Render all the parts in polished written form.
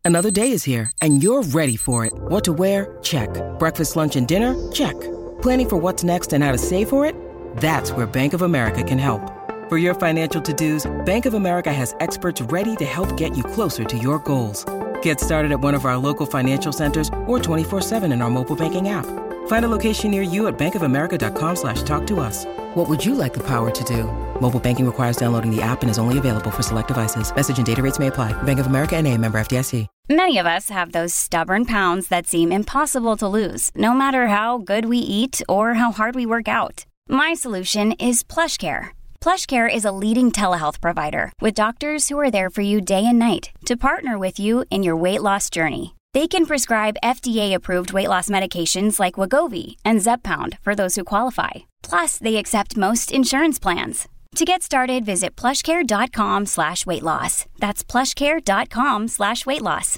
Another day is here, and you're ready for it. What to wear? Check. Breakfast, lunch, and dinner? Check. Planning for what's next and how to save for it? That's where Bank of America can help. For your financial to-dos, Bank of America has experts ready to help get you closer to your goals. Get started at one of our local financial centers or 24/7 in our mobile banking app. Find a location near you at bankofamerica.com/talktous. What would you like the power to do? Mobile banking requires downloading the app and is only available for select devices. Message and data rates may apply. Bank of America N.A., member FDIC. Many of us have those stubborn pounds that seem impossible to lose, no matter how good we eat or how hard we work out. My solution is PlushCare. PlushCare is a leading telehealth provider with doctors who are there for you day and night to partner with you in your weight loss journey. They can prescribe FDA-approved weight loss medications like Wegovy and Zepbound for those who qualify. Plus, they accept most insurance plans. To get started, visit plushcare.com/weightloss. That's plushcare.com/weightloss.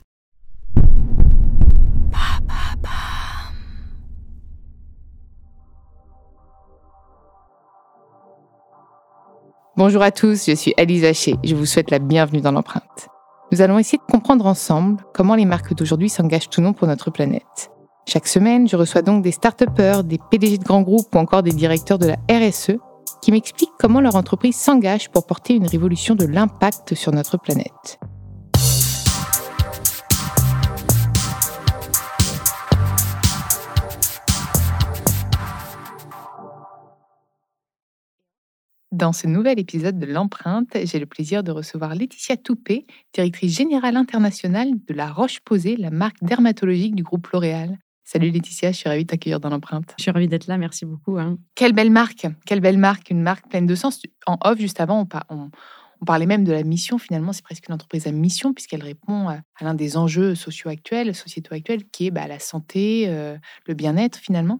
Bonjour à tous, je suis Alice Vacher. Je vous souhaite la bienvenue dans l'empreinte. Nous allons essayer de comprendre ensemble comment les marques d'aujourd'hui s'engagent ou non pour notre planète. Chaque semaine, je reçois donc des start-upers, des PDG de grands groupes ou encore des directeurs de la RSE qui m'expliquent comment leur entreprise s'engage pour porter une révolution de l'impact sur notre planète. Dans ce nouvel épisode de l'Empreinte, j'ai le plaisir de recevoir Laetitia Toupé, directrice générale internationale de La Roche-Posay, la marque dermatologique du groupe L'Oréal. Salut Laetitia, je suis ravie de t'accueillir dans l'Empreinte. Je suis ravie d'être là, merci beaucoup. Quelle belle marque, une marque pleine de sens. En off, juste avant, on parlait même de la mission. Finalement, c'est presque une entreprise à mission puisqu'elle répond à l'un des enjeux sociétaux actuels, qui est la santé, le bien-être finalement.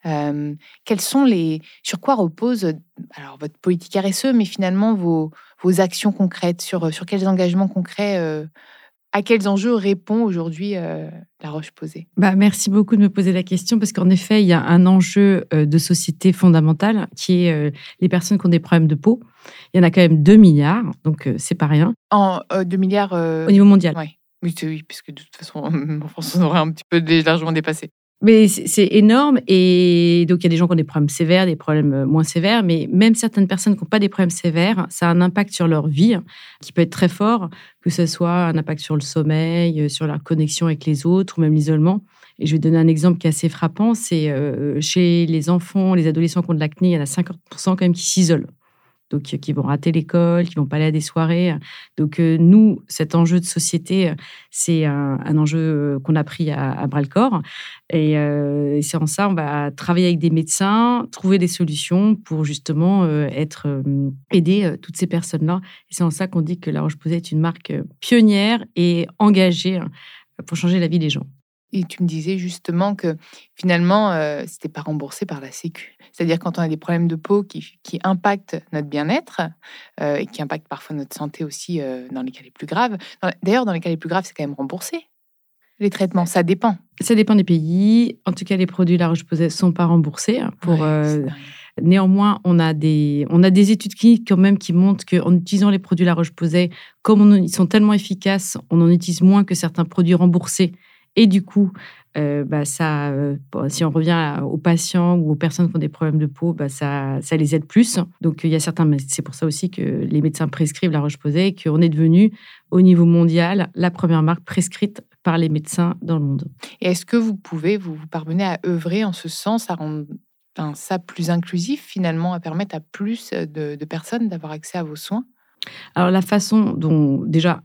Sur quoi repose votre politique RSE, mais finalement vos actions concrètes, sur quels engagements concrets, à quels enjeux répond aujourd'hui La Roche-Posay? Merci beaucoup de me poser la question parce qu'en effet, il y a un enjeu de société fondamental qui est les personnes qui ont des problèmes de peau. Il y en a quand même 2 milliards, donc c'est pas rien. 2 milliards au niveau mondial. Oui, parce que de toute façon, en France, on aurait un petit peu largement dépassé. Mais c'est énorme et donc il y a des gens qui ont des problèmes sévères, des problèmes moins sévères, mais même certaines personnes qui n'ont pas des problèmes sévères, ça a un impact sur leur vie qui peut être très fort, que ce soit un impact sur le sommeil, sur la connexion avec les autres ou même l'isolement. Et je vais donner un exemple qui est assez frappant, c'est chez les enfants, les adolescents qui ont de l'acné, il y en a 50% quand même qui s'isolent. Donc, qui vont rater l'école, qui vont pas aller à des soirées. Donc, nous, cet enjeu de société, c'est un enjeu qu'on a pris à bras-le-corps. Et c'est en ça, on va travailler avec des médecins, trouver des solutions pour justement aider toutes ces personnes-là. Et c'est en ça qu'on dit que La Roche-Posay est une marque pionnière et engagée pour changer la vie des gens. Et tu me disais justement que finalement, c'était pas remboursé par la Sécu. C'est-à-dire quand on a des problèmes de peau qui impactent notre bien-être et qui impactent parfois notre santé aussi dans les cas les plus graves. D'ailleurs, dans les cas les plus graves, c'est quand même remboursé. Les traitements, ça dépend. Ça dépend des pays. En tout cas, les produits La Roche-Posay ne sont pas remboursés. Néanmoins, on a des études cliniques quand même qui montrent qu'en utilisant les produits La Roche-Posay, comme ils sont tellement efficaces, on en utilise moins que certains produits remboursés. Et du coup, si on revient aux patients ou aux personnes qui ont des problèmes de peau, ça les aide plus. Donc, il y a c'est pour ça aussi que les médecins prescrivent La Roche-Posay et qu'on est devenu, au niveau mondial, la première marque prescrite par les médecins dans le monde. Et est-ce que vous parvenez à œuvrer en ce sens, à rendre ça plus inclusif, finalement, à permettre à plus de personnes d'avoir accès à vos soins? Alors, la façon dont, déjà,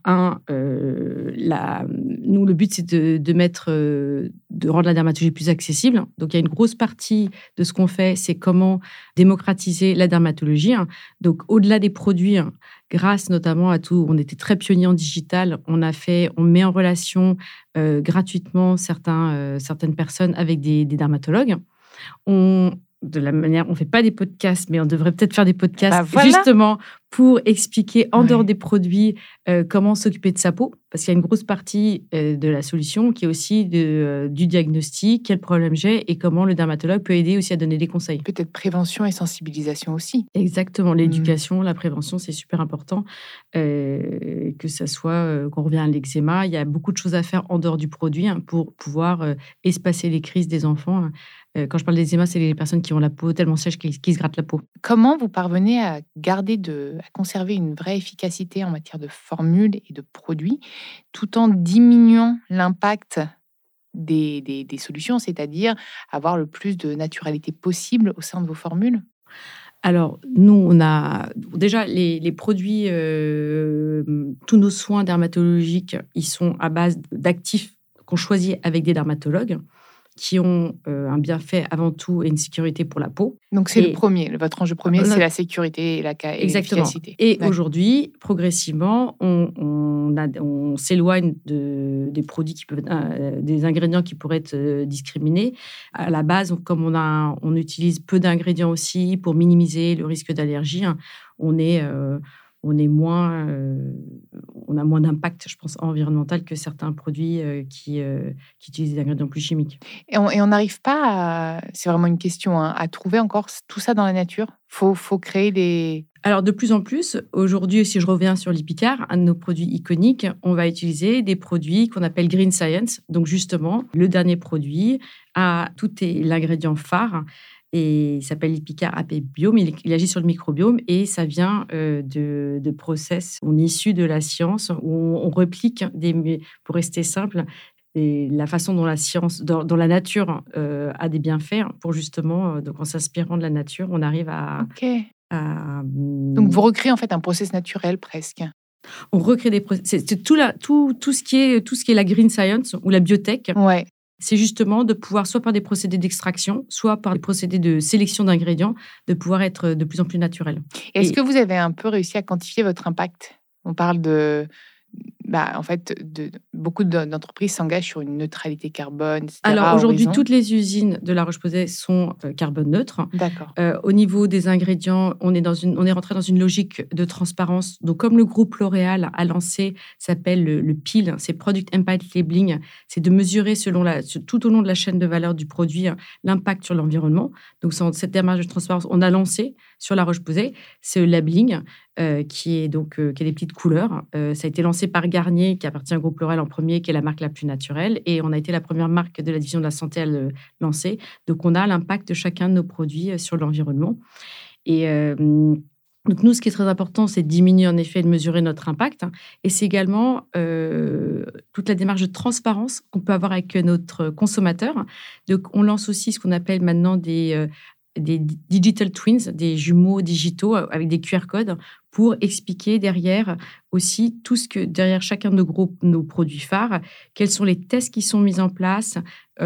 nous, le but, c'est de rendre la dermatologie plus accessible. Donc, il y a une grosse partie de ce qu'on fait, c'est comment démocratiser la dermatologie. Donc, au-delà des produits, grâce notamment à tout, on était très pionniers en digital, on met en relation gratuitement certaines personnes avec des dermatologues. On fait pas des podcasts, mais on devrait peut-être faire des podcasts justement pour expliquer en dehors des produits comment s'occuper de sa peau. Parce qu'il y a une grosse partie de la solution qui est aussi du diagnostic, quel problème j'ai et comment le dermatologue peut aider aussi à donner des conseils. Peut-être prévention et sensibilisation aussi. Exactement, l'éducation, la prévention, c'est super important. Que ça soit, qu'on revient à l'eczéma, il y a beaucoup de choses à faire en dehors du produit pour pouvoir espacer les crises des enfants. Quand je parle d'eczéma, c'est les personnes qui ont la peau tellement sèche qu'ils se grattent la peau. Comment vous parvenez à conserver une vraie efficacité en matière de formules et de produits, tout en diminuant l'impact des solutions, c'est-à-dire avoir le plus de naturalité possible au sein de vos formules? Alors, nous, on a déjà les produits, tous nos soins dermatologiques, ils sont à base d'actifs qu'on choisit avec des dermatologues qui ont un bienfait avant tout et une sécurité pour la peau. Donc, c'est le premier. Votre enjeu premier, c'est la sécurité et Exactement. l'efficacité. Et aujourd'hui, progressivement, on s'éloigne des produits qui peuvent, des ingrédients qui pourraient être discriminés. À la base, comme on utilise peu d'ingrédients aussi pour minimiser le risque d'allergie, on a moins d'impact, je pense, environnemental que certains produits qui utilisent des ingrédients plus chimiques. Et on n'arrive pas c'est vraiment une question, à trouver encore tout ça dans la nature? Faut créer des... Alors, de plus en plus, aujourd'hui, si je reviens sur l'Ipicard, un de nos produits iconiques, on va utiliser des produits qu'on appelle Green Science. Donc, justement, le dernier produit tout est l'ingrédient phare. Et il s'appelle l'Ipicard AP Biome. Il agit sur le microbiome et ça vient de process. On est issu de la science où on réplique, pour rester simple, la façon dont la science, dans la nature a des bienfaits pour justement, donc en s'inspirant de la nature, on arrive à... OK. Donc, vous recréez en fait un process naturel presque. On recrée des process. C'est tout ce qui est la green science ou la biotech. Ouais. C'est justement de pouvoir, soit par des procédés d'extraction, soit par des procédés de sélection d'ingrédients, de pouvoir être de plus en plus naturel. Est-ce que vous avez un peu réussi à quantifier votre impact? On parle en fait, beaucoup d'entreprises s'engagent sur une neutralité carbone, etc. Alors aujourd'hui, toutes les usines de La Roche-Posay sont carbone neutres. D'accord. Au niveau des ingrédients, on est rentré dans une logique de transparence. Donc, comme le groupe L'Oréal a lancé, s'appelle le PIL, c'est Product Impact Labeling, c'est de mesurer tout au long de la chaîne de valeur du produit l'impact sur l'environnement. Donc, cette démarche de transparence, on a lancé sur La Roche-Posay ce labeling qui a des petites couleurs. Ça a été lancé par Garnier, qui appartient au groupe L'Oréal en premier, qui est la marque la plus naturelle. Et on a été la première marque de la division de la santé à le lancer. Donc, on a l'impact de chacun de nos produits sur l'environnement. Et donc, nous, ce qui est très important, c'est de diminuer, en effet, de mesurer notre impact. Et c'est également toute la démarche de transparence qu'on peut avoir avec notre consommateur. Donc, on lance aussi ce qu'on appelle maintenant des digital twins, des jumeaux digitaux avec des QR codes pour expliquer derrière aussi tout ce que, derrière chacun de nos produits phares, quels sont les tests qui sont mis en place,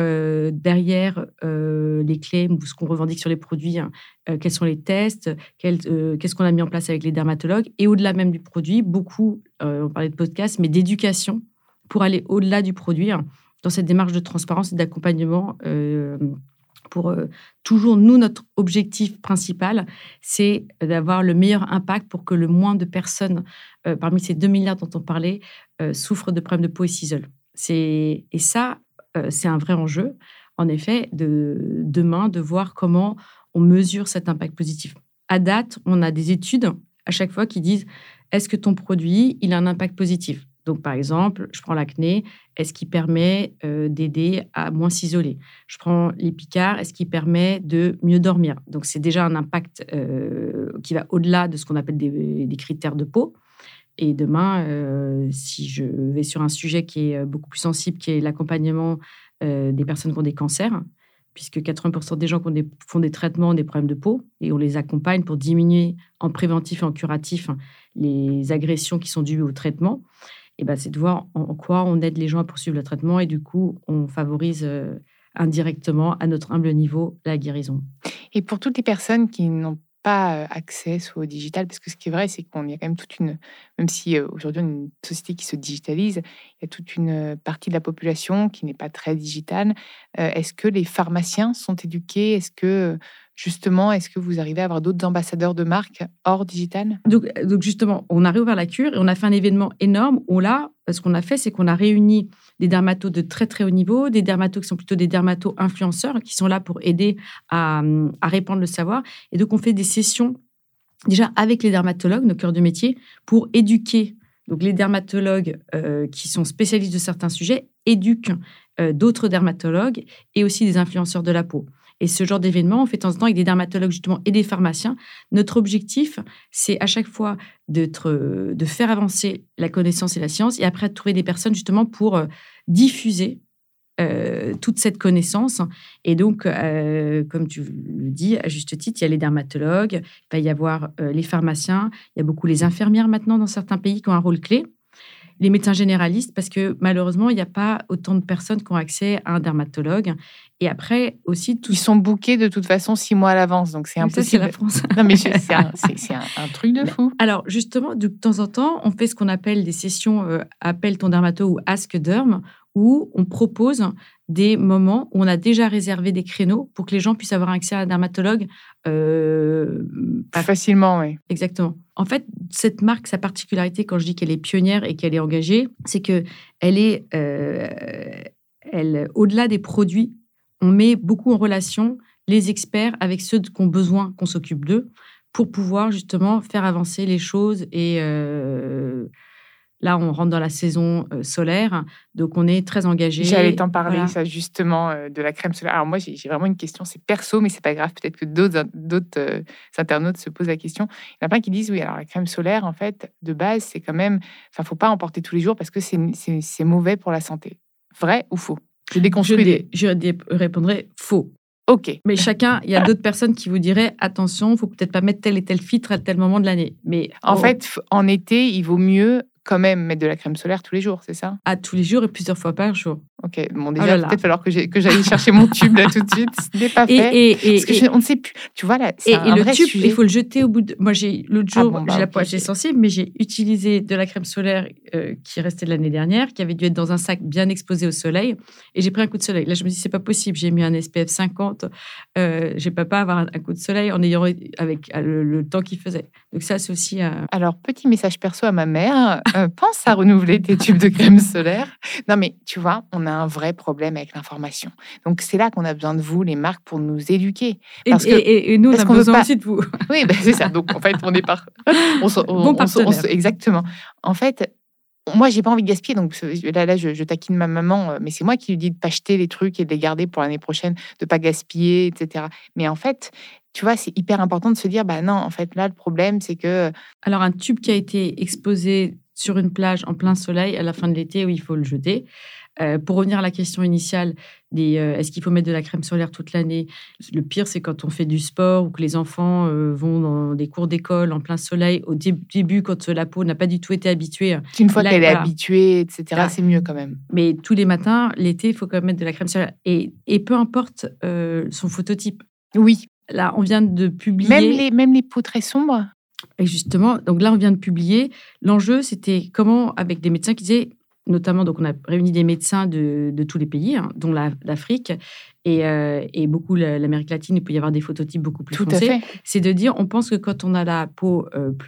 derrière les claims ou ce qu'on revendique sur les produits, quels sont les tests, qu'est-ce qu'on a mis en place avec les dermatologues, et au-delà même du produit, beaucoup, on parlait de podcast, mais d'éducation pour aller au-delà du produit dans cette démarche de transparence et d'accompagnement pour toujours, nous, notre objectif principal, c'est d'avoir le meilleur impact pour que le moins de personnes, parmi ces 2 milliards dont on parlait, souffrent de problèmes de peau et s'isolent. C'est un vrai enjeu, en effet, demain, de voir comment on mesure cet impact positif. À date, on a des études à chaque fois qui disent « Est-ce que ton produit, il a un impact positif ?» Donc, par exemple, je prends l'acné, est-ce qu'il permet d'aider à moins s'isoler? Je prends l'Ipicard, est-ce qu'il permet de mieux dormir? Donc, c'est déjà un impact qui va au-delà de ce qu'on appelle des critères de peau. Et demain, si je vais sur un sujet qui est beaucoup plus sensible, qui est l'accompagnement des personnes qui ont des cancers, puisque 80% des gens font des traitements des problèmes de peau, et on les accompagne pour diminuer en préventif et en curatif les agressions qui sont dues au traitement. Et c'est de voir en quoi on aide les gens à poursuivre le traitement et du coup, on favorise indirectement, à notre humble niveau, la guérison. Et pour toutes les personnes qui n'ont pas accès au digital, parce que ce qui est vrai, c'est qu'il y a quand même même si aujourd'hui on est une société qui se digitalise, il y a toute une partie de la population qui n'est pas très digitale. Est-ce que les pharmaciens sont éduqués? Est-ce que justement, est-ce que vous arrivez à avoir d'autres ambassadeurs de marque hors digital ? Donc justement, on a réouvert la cure et on a fait un événement énorme où là, ce qu'on a fait, c'est qu'on a réuni des dermatos de très, très haut niveau, des dermatos qui sont plutôt des dermatos influenceurs qui sont là pour aider à répandre le savoir. Et donc, on fait des sessions déjà avec les dermatologues, nos cœurs de métier, pour éduquer. Donc, les dermatologues qui sont spécialistes de certains sujets éduquent d'autres dermatologues et aussi des influenceurs de la peau. Et ce genre d'événement, on fait de temps en temps avec des dermatologues justement et des pharmaciens. Notre objectif, c'est à chaque fois de faire avancer la connaissance et la science et après de trouver des personnes justement pour diffuser toute cette connaissance. Et donc, comme tu le dis, à juste titre, il y a les dermatologues, il va y avoir les pharmaciens, il y a beaucoup les infirmières maintenant dans certains pays qui ont un rôle clé. Les médecins généralistes, parce que malheureusement, il n'y a pas autant de personnes qui ont accès à un dermatologue. Et après, aussi... Ils sont bookés de toute façon 6 mois à l'avance, donc c'est impossible. Ça, c'est la France. Non, mais c'est un truc de fou. Alors, justement, de temps en temps, on fait ce qu'on appelle des sessions Appelle ton dermato ou Ask Derm, où on propose des moments où on a déjà réservé des créneaux pour que les gens puissent avoir accès à un dermatologue. Facilement, oui. Exactement. En fait, cette marque, sa particularité, quand je dis qu'elle est pionnière et qu'elle est engagée, c'est qu'elle est, au-delà des produits, on met beaucoup en relation les experts avec ceux qui ont besoin qu'on s'occupe d'eux pour pouvoir justement faire avancer les choses. Et là, on rentre dans la saison solaire, donc on est très engagé. J'allais t'en parler, voilà. Ça justement, de la crème solaire. Alors moi, j'ai vraiment une question, c'est perso, mais c'est pas grave. Peut-être que d'autres internautes se posent la question. Il y en a plein qui disent, oui, alors la crème solaire, en fait, de base, c'est quand même... Enfin, faut pas en porter tous les jours parce que c'est mauvais pour la santé. Vrai ou faux ? Je déconstruis. Je répondrai faux. OK. Mais chacun, il y a d'autres personnes qui vous diraient attention, il ne faut peut-être pas mettre tel et tel filtre à tel moment de l'année. Mais en fait, en été, il vaut mieux quand même mettre de la crème solaire tous les jours, c'est ça ? À tous les jours et plusieurs fois par jour. Ok, bon déjà, peut-être falloir que j'aille chercher mon tube là tout de suite. Ce n'est pas fait. Parce que on ne sait plus. Tu vois là, c'est un vrai tube, sujet. il faut le jeter au bout de... Moi, l'autre jour, j'ai la peau okay. sensible, mais j'ai utilisé de la crème solaire qui restait de l'année dernière, qui avait dû être dans un sac bien exposé au soleil, et j'ai pris un coup de soleil. Là, je me dis, c'est pas possible. J'ai mis un SPF 50. Je peux pas avoir un coup de soleil en ayant avec le temps qu'il faisait. Donc ça, c'est aussi... Alors, petit message perso à ma mère. Pense à renouveler tes tubes de crème solaire. Non, mais tu vois, on a un vrai problème avec l'information. Donc, c'est là qu'on a besoin de vous, les marques, pour nous éduquer. Parce et nous, on a besoin aussi de vous. Oui, c'est ça. Donc, en fait, on est bon partenaire. Exactement. En fait, moi, j'ai pas envie de gaspiller. Donc, là je taquine ma maman, mais c'est moi qui lui dis de pas jeter les trucs et de les garder pour l'année prochaine, de pas gaspiller, etc. Mais en fait, tu vois, c'est hyper important de se dire, bah non, en fait, là, le problème, c'est que... Alors, un tube qui a été exposé sur une plage en plein soleil à la fin de l'été, où il faut le jeter. Pour revenir à la question initiale, est-ce qu'il faut mettre de la crème solaire toute l'année ? Le pire, c'est quand on fait du sport ou que les enfants vont dans des cours d'école en plein soleil. Au début, quand la peau n'a pas du tout été habituée. Une fois qu'elle est habituée, etc., c'est mieux quand même. Mais tous les matins, l'été, il faut quand même mettre de la crème solaire. Et peu importe son phototype. Oui. Là, on vient de publier... Même les peaux très sombres ? Et justement, donc là, on vient de publier. L'enjeu, c'était comment, avec des médecins qui disaient... Notamment, donc on a réuni des médecins de tous les pays, dont l'Afrique et beaucoup l'Amérique latine. Il peut y avoir des phototypes beaucoup plus foncés. Tout à fait. C'est de dire, on pense que quand on a la peau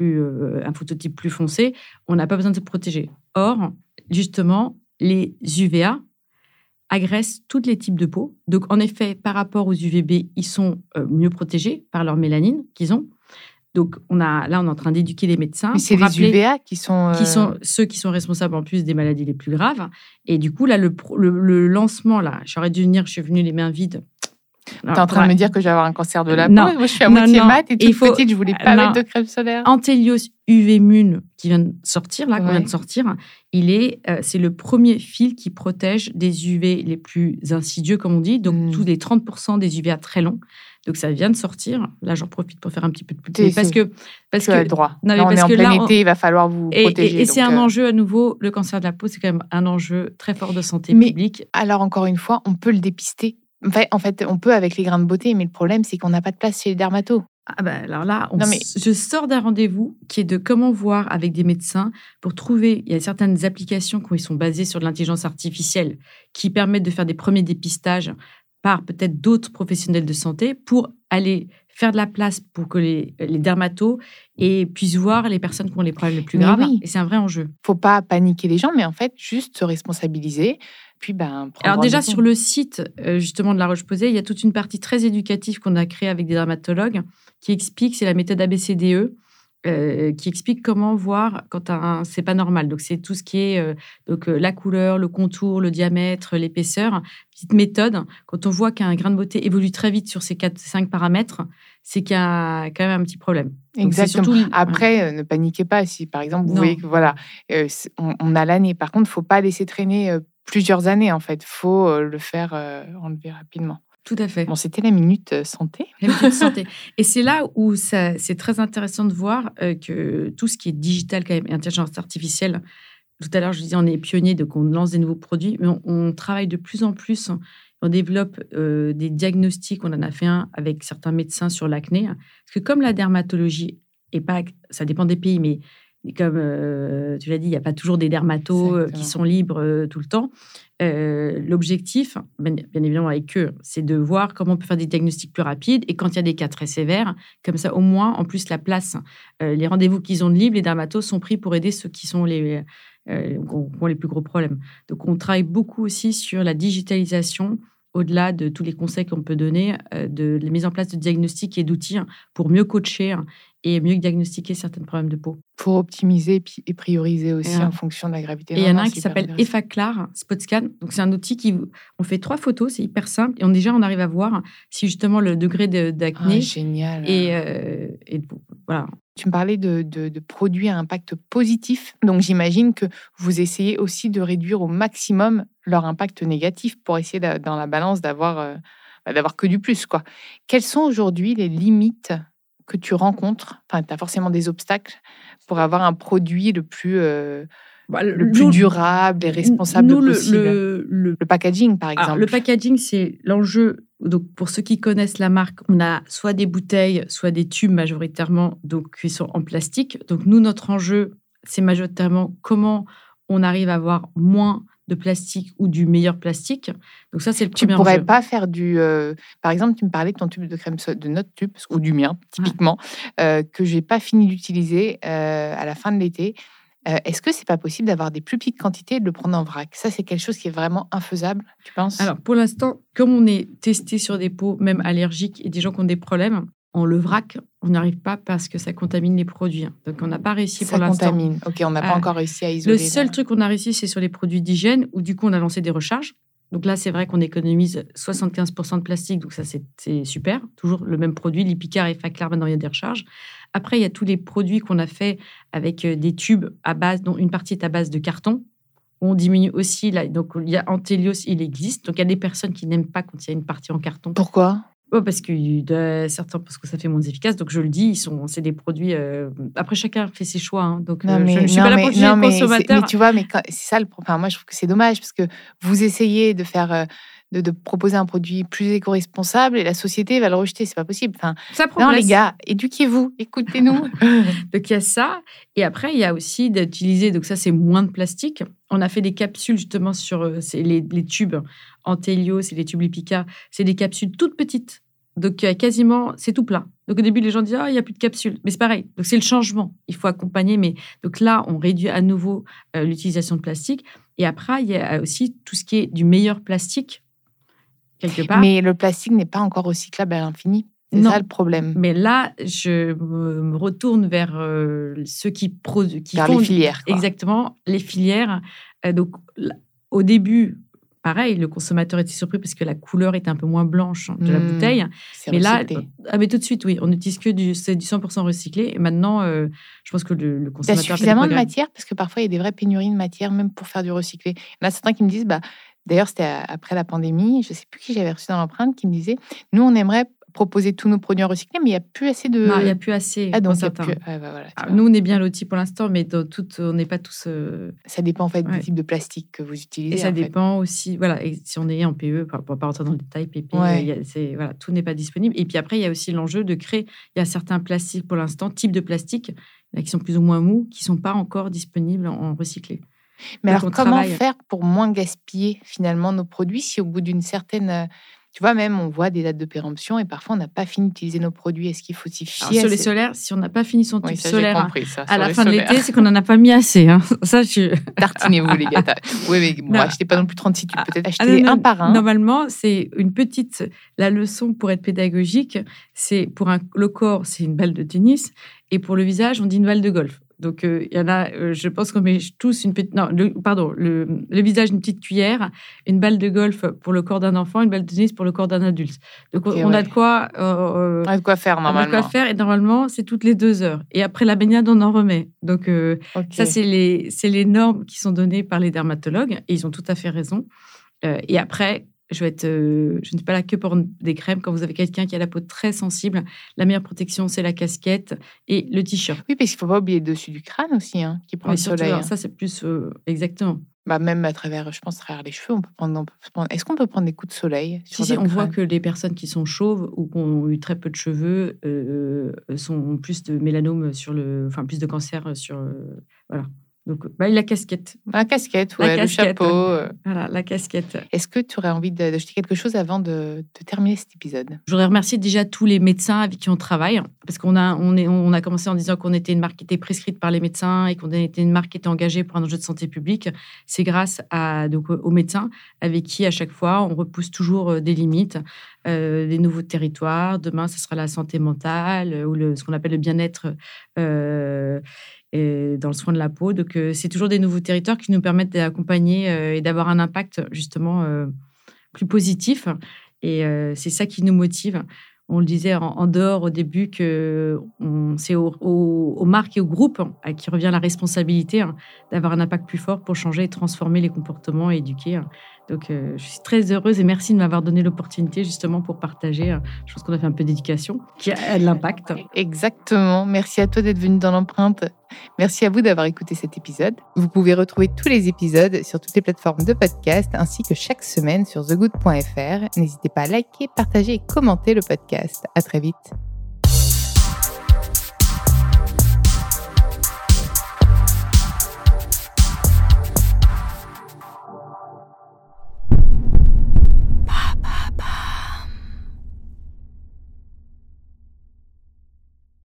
un phototype plus foncé, on n'a pas besoin de se protéger. Or, justement, les UVA agressent tous les types de peau. Donc, en effet, par rapport aux UVB, ils sont mieux protégés par leur mélanine qu'ils ont. Donc, on est en train d'éduquer les médecins. Mais c'est les UVA qui sont ceux qui sont responsables en plus des maladies les plus graves. Et du coup, là, le lancement, là, je suis venue les mains vides. T'es en train de me dire que je vais avoir un cancer de la peau ? Non, moi, je suis à moitié mat et toute petite, je voulais pas mettre de crème solaire. Antelios UV-Mune, qui vient de sortir, qu'on vient de sortir, c'est le premier fil qui protège des UV les plus insidieux, comme on dit, donc tous les 30% des UVA très longs. Donc, ça vient de sortir. Là, j'en profite pour faire un petit peu de pub. Parce que tu as le droit. Non, là, on est en plein été, il va falloir vous protéger. Et c'est un enjeu à nouveau. Le cancer de la peau, c'est quand même un enjeu très fort de santé publique. Alors, encore une fois, on peut le dépister. En fait, on peut avec les grains de beauté, mais le problème, c'est qu'on n'a pas de place chez les dermatos. Ah ben, alors là, je sors d'un rendez-vous qui est de comment voir avec des médecins pour trouver... Il y a certaines applications qui sont basées sur de l'intelligence artificielle qui permettent de faire des premiers dépistages par peut-être d'autres professionnels de santé pour aller faire de la place pour que les dermatos puissent voir les personnes qui ont les problèmes les plus graves. Oui. Et c'est un vrai enjeu. Faut pas paniquer les gens, mais en fait, juste se responsabiliser. Puis, prendre Alors déjà, rendez-vous. sur le site justement de La Roche-Posay, il y a toute une partie très éducative qu'on a créée avec des dermatologues qui explique, c'est la méthode ABCDE, qui explique comment voir quand c'est pas normal. Donc, c'est tout ce qui est la couleur, le contour, le diamètre, l'épaisseur. Petite méthode. Quand on voit qu'un grain de beauté évolue très vite sur ces 4-5 paramètres, c'est qu'il y a quand même un petit problème. Donc, Exactement. c'est surtout... Après, ne paniquez pas. Si, par exemple, vous voyez que on a l'année. Par contre, il ne faut pas laisser traîner plusieurs années, en fait. Il faut le faire enlever rapidement. Tout à fait. Bon, c'était la minute santé. La minute santé. Et c'est là où c'est très intéressant de voir que tout ce qui est digital quand même, et intelligence artificielle, tout à l'heure, je disais, on est pionnier, donc on lance des nouveaux produits, mais on travaille de plus en plus. On développe des diagnostics. On en a fait un avec certains médecins sur l'acné. Parce que comme la dermatologie, ça dépend des pays, mais comme tu l'as dit, il n'y a pas toujours des dermatos qui sont libres tout le temps. L'objectif, bien évidemment avec eux, c'est de voir comment on peut faire des diagnostics plus rapides. Et quand il y a des cas très sévères, comme ça, au moins, en plus, la place, les rendez-vous qu'ils ont de libre, les dermatos sont pris pour aider ceux qui sont qui ont les plus gros problèmes. Donc, on travaille beaucoup aussi sur la digitalisation, au-delà de tous les conseils qu'on peut donner, de la mise en place de diagnostics et d'outils pour mieux coacher et mieux diagnostiquer certains problèmes de peau. Pour optimiser et prioriser aussi en fonction de la gravité. Et il y en a un qui s'appelle EFACLAR SpotScan. Donc, c'est un outil on fait 3 photos, c'est hyper simple. Et on arrive à voir si justement le degré d'acné. Génial. Et voilà. Tu me parlais de produits à impact positif. Donc, j'imagine que vous essayez aussi de réduire au maximum leur impact négatif pour essayer dans la balance d'avoir que du plus, quoi. Quelles sont aujourd'hui les limites que tu rencontres? Enfin, tu as forcément des obstacles pour avoir un produit le plus durable et responsable possible. Le packaging, par exemple. Le packaging, c'est l'enjeu. Donc, pour ceux qui connaissent la marque, on a soit des bouteilles, soit des tubes majoritairement, donc qui sont en plastique. Donc, nous, notre enjeu, c'est majoritairement comment on arrive à avoir moins de plastique ou du meilleur plastique. Donc ça, c'est le premier enjeu. Tu ne pourrais pas faire par exemple, tu me parlais de ton tube de crème solaire, de notre tube, ou du mien, typiquement, que je n'ai pas fini d'utiliser à la fin de l'été. Est-ce que c'est pas possible d'avoir des plus petites quantités et de le prendre en vrac? Ça, c'est quelque chose qui est vraiment infaisable, tu penses? Alors, pour l'instant, comme on est testé sur des peaux, même allergiques, et des gens qui ont des problèmes, on le vrac, on n'y arrive pas parce que ça contamine les produits. Donc, on n'a pas réussi pour l'instant. Ça contamine. OK, on n'a pas encore réussi à isoler. Le seul truc qu'on a réussi, c'est sur les produits d'hygiène, où du coup, on a lancé des recharges. Donc là, c'est vrai qu'on économise 75% de plastique, donc ça, c'est super. Toujours le même produit, Lipicard et EFACLAR, maintenant, il y a des recharges. Après, il y a tous les produits qu'on a fait avec des tubes à base, dont une partie est à base de carton. On diminue aussi, donc il y a Antélios, il existe. Donc il y a des personnes qui n'aiment pas quand il y a une partie en carton. Pourquoi? Parce que certains, parce que ça fait moins efficace. Donc je le dis, c'est des produits. Après, chacun fait ses choix. Hein, donc je ne suis pas là pour juger le consommateur. Mais tu vois, c'est ça le problème. Enfin, moi, je trouve que c'est dommage parce que vous essayez de faire. De proposer un produit plus éco-responsable et la société va le rejeter. C'est pas possible. Enfin, non, les gars, éduquez-vous, écoutez-nous. Donc, il y a ça. Et après, il y a aussi d'utiliser, donc ça, c'est moins de plastique. On a fait des capsules justement sur les tubes Antélios et les tubes Lipicard. C'est des capsules toutes petites. Donc, quasiment, c'est tout plat. Donc, au début, les gens disent « Ah, il n'y a plus de capsules ». Mais c'est pareil. Donc, c'est le changement. Il faut accompagner. Mais donc là, on réduit à nouveau l'utilisation de plastique. Et après, il y a aussi tout ce qui est du meilleur plastique, quelque part. Mais le plastique n'est pas encore recyclable à l'infini. C'est ça le problème. Mais là, je me retourne vers ceux qui font les filières. Quoi. Exactement, les filières. Donc, au début, pareil, le consommateur était surpris parce que la couleur était un peu moins blanche de la bouteille. Mais recyclé. Là, mais tout de suite, oui, on n'utilise que du 100% recyclé. Et maintenant, je pense que le consommateur... Il y a suffisamment de matière parce que parfois, il y a des vraies pénuries de matière, même pour faire du recyclé. Il y en a certains qui me disent... D'ailleurs, c'était après la pandémie, je ne sais plus qui j'avais reçu dans l'empreinte, qui me disait « Nous, on aimerait proposer tous nos produits en recyclé, mais il n'y a plus assez de... » Non, il n'y a plus assez pour certains. Nous, on est bien lotis pour l'instant, mais on n'est pas tous... Ça dépend en fait du type de plastique que vous utilisez. Et ça dépend aussi, voilà, et si on est en PE, pour ne pas rentrer dans le détail, PP, tout n'est pas disponible. Et puis après, il y a aussi l'enjeu de créer... Il y a certains plastiques pour l'instant, types de plastiques, qui sont plus ou moins mous, qui ne sont pas encore disponibles en recyclé. Mais alors, comment faire pour moins gaspiller finalement nos produits si au bout d'une certaine Tu vois, même, on voit des dates de péremption et parfois, on n'a pas fini d'utiliser nos produits. Est-ce qu'il faut s'y fier? Alors, sur les solaires, si on n'a pas fini son tube solaire à la fin de l'été, c'est qu'on n'en a pas mis assez. Hein. Ça, Tartinez-vous, les gars. Oui, mais bon, achetez pas non plus 36 tubes. Peut-être acheter un par un. Normalement, c'est une petite... La leçon, pour être pédagogique, c'est pour le corps, c'est une balle de tennis. Et pour le visage, on dit une balle de golf. Donc, il y en a, je pense qu'on met tous une petite... Non, le visage, une petite cuillère, une balle de golf pour le corps d'un enfant, une balle de tennis pour le corps d'un adulte. Donc, on a de quoi... on a de quoi faire, normalement. On a de quoi faire, et normalement, c'est toutes les 2 heures. Et après la baignade, on en remet. Donc, ça, c'est les normes qui sont données par les dermatologues, et ils ont tout à fait raison. Et après... je ne suis pas là que pour des crèmes. Quand vous avez quelqu'un qui a la peau très sensible, la meilleure protection, c'est la casquette et le t-shirt. Oui, parce qu'il ne faut pas oublier le dessus du crâne aussi, qui prend le soleil. Alors, ça, c'est plus... exactement. Même à travers les cheveux, on peut prendre... Est-ce qu'on peut prendre des coups de soleil sur Si, on voit que les personnes qui sont chauves ou qui ont eu très peu de cheveux ont plus de mélanome plus de cancer sur... voilà. Donc, la casquette. La casquette, le chapeau. Voilà, la casquette. Est-ce que tu aurais envie d'ajouter quelque chose avant de terminer cet épisode? Je voudrais remercier déjà tous les médecins avec qui on travaille, parce qu'on a commencé en disant qu'on était une marque qui était prescrite par les médecins et qu'on était une marque qui était engagée pour un enjeu de santé publique. C'est grâce aux médecins avec qui, à chaque fois, on repousse toujours des limites, des nouveaux territoires. Demain, ce sera la santé mentale ou ce qu'on appelle le bien-être et dans le soin de la peau. Donc, c'est toujours des nouveaux territoires qui nous permettent d'accompagner et d'avoir un impact, justement, plus positif. Et c'est ça qui nous motive. On le disait en dehors au début que c'est aux marques et aux groupes à qui revient la responsabilité d'avoir un impact plus fort pour changer et transformer les comportements et éduquer. Donc, je suis très heureuse et merci de m'avoir donné l'opportunité justement pour partager. Je pense qu'on a fait un peu d'éducation qui a de l'impact. Exactement. Merci à toi d'être venu dans l'empreinte. Merci à vous d'avoir écouté cet épisode. Vous pouvez retrouver tous les épisodes sur toutes les plateformes de podcast ainsi que chaque semaine sur thegood.fr. N'hésitez pas à liker, partager et commenter le podcast. À très vite.